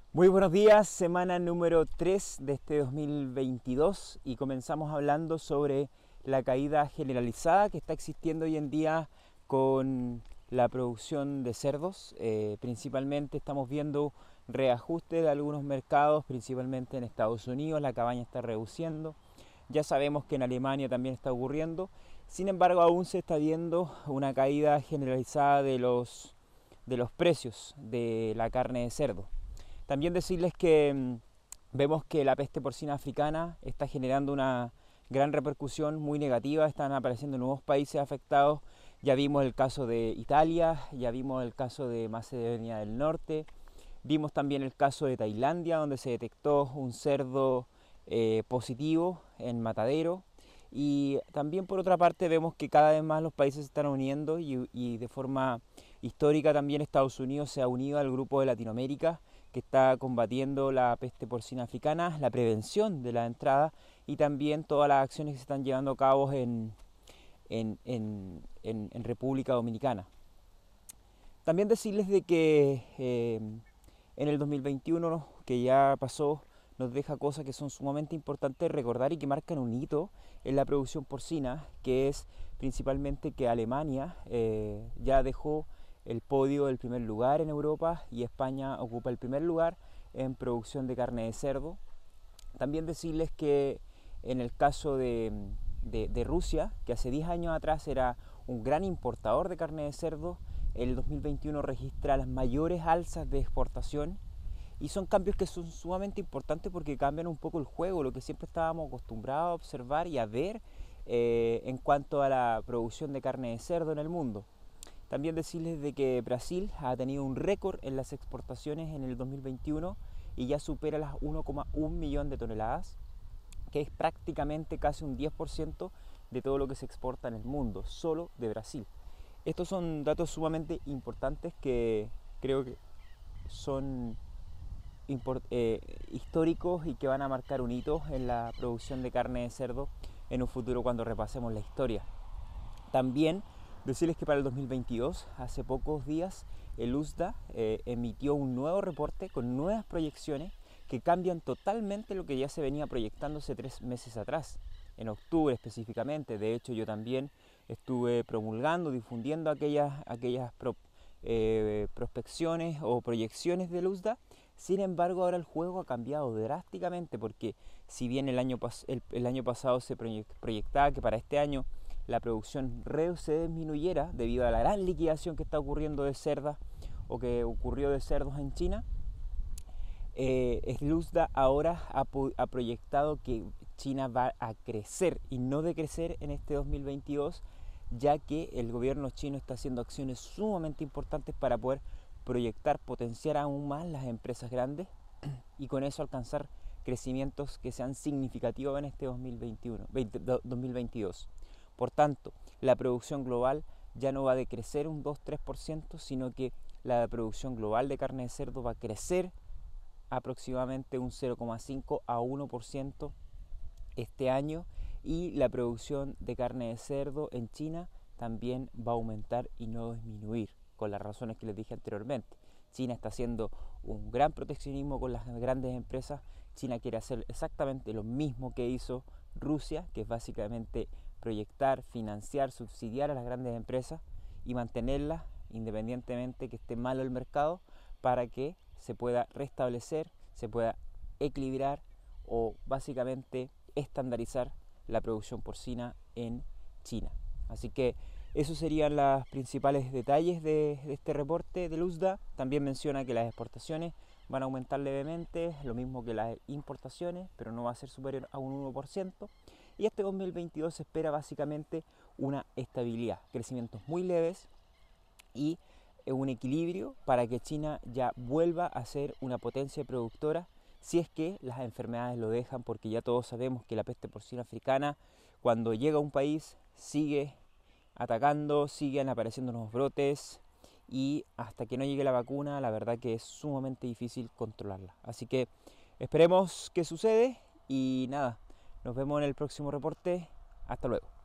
Muy buenos días, semana número 3 de este 2022 y comenzamos hablando sobre la caída generalizada que está existiendo hoy en día con la producción de cerdos. Principalmente estamos viendo reajuste de algunos mercados, principalmente en Estados Unidos, la cabaña está reduciendo. Ya sabemos que en Alemania también está ocurriendo. Sin embargo, aún se está viendo una caída generalizada de los precios de la carne de cerdo. También decirles que vemos que la peste porcina africana está generando una gran repercusión muy negativa, están apareciendo nuevos países afectados, ya vimos el caso de Italia, ya vimos el caso de Macedonia del Norte, vimos también el caso de Tailandia donde se detectó un cerdo positivo en matadero. Y también por otra parte vemos que cada vez más los países se están uniendo y de forma histórica también Estados Unidos se ha unido al grupo de Latinoamérica que está combatiendo la peste porcina africana, la prevención de la entrada y también todas las acciones que se están llevando a cabo en República Dominicana. También decirles de que en el 2021, que ya pasó, nos deja cosas que son sumamente importantes recordar y que marcan un hito en la producción porcina, que es principalmente que Alemania ya dejó el podio del primer lugar en Europa y España ocupa el primer lugar en producción de carne de cerdo. También decirles que en el caso de Rusia, que hace 10 años atrás era un gran importador de carne de cerdo, el 2021 registra las mayores alzas de exportación y son cambios que son sumamente importantes porque cambian un poco el juego, lo que siempre estábamos acostumbrados a observar y a ver en cuanto a la producción de carne de cerdo en el mundo. También decirles de que Brasil ha tenido un récord en las exportaciones en el 2021 y ya supera las 1,1 millón de toneladas, que es prácticamente casi un 10% de todo lo que se exporta en el mundo, solo de Brasil. Estos son datos sumamente importantes que creo que son históricos y que van a marcar un hito en la producción de carne de cerdo en un futuro cuando repasemos la historia. También decirles que para el 2022, hace pocos días, el USDA emitió un nuevo reporte con nuevas proyecciones que cambian totalmente lo que ya se venía proyectando hace 3 meses atrás, en octubre específicamente. De hecho, yo también estuve promulgando, difundiendo aquellas prospecciones o proyecciones del USDA. Sin embargo, ahora el juego ha cambiado drásticamente porque si bien el año pasado se proyectaba que para este año la producción se disminuyera debido a la gran liquidación que está ocurriendo de cerdas o que ocurrió de cerdos en China, el USDA ahora ha proyectado que China va a crecer y no decrecer en este 2022, ya que el gobierno chino está haciendo acciones sumamente importantes para poder proyectar, potenciar aún más las empresas grandes y con eso alcanzar crecimientos que sean significativos en este 2022. Por tanto, la producción global ya no va a decrecer un 2-3%, sino que la producción global de carne de cerdo va a crecer aproximadamente un 0,5 a 1% este año y la producción de carne de cerdo en China también va a aumentar y no disminuir, con las razones que les dije anteriormente. China está haciendo un gran proteccionismo con las grandes empresas. China quiere hacer exactamente lo mismo que hizo Rusia, que es básicamente proyectar, financiar, subsidiar a las grandes empresas y mantenerlas independientemente que esté malo el mercado para que se pueda restablecer, se pueda equilibrar o básicamente estandarizar la producción porcina en China. Así que esos serían los principales detalles de este reporte del USDA. También menciona que las exportaciones van a aumentar levemente, lo mismo que las importaciones, pero no va a ser superior a un 1%. Y este 2022 se espera básicamente una estabilidad, crecimientos muy leves y un equilibrio para que China ya vuelva a ser una potencia productora si es que las enfermedades lo dejan, porque ya todos sabemos que la peste porcina africana cuando llega a un país sigue atacando, siguen apareciendo nuevos brotes y hasta que no llegue la vacuna la verdad que es sumamente difícil controlarla. Así que esperemos qué sucede y nada, nos vemos en el próximo reporte. Hasta luego.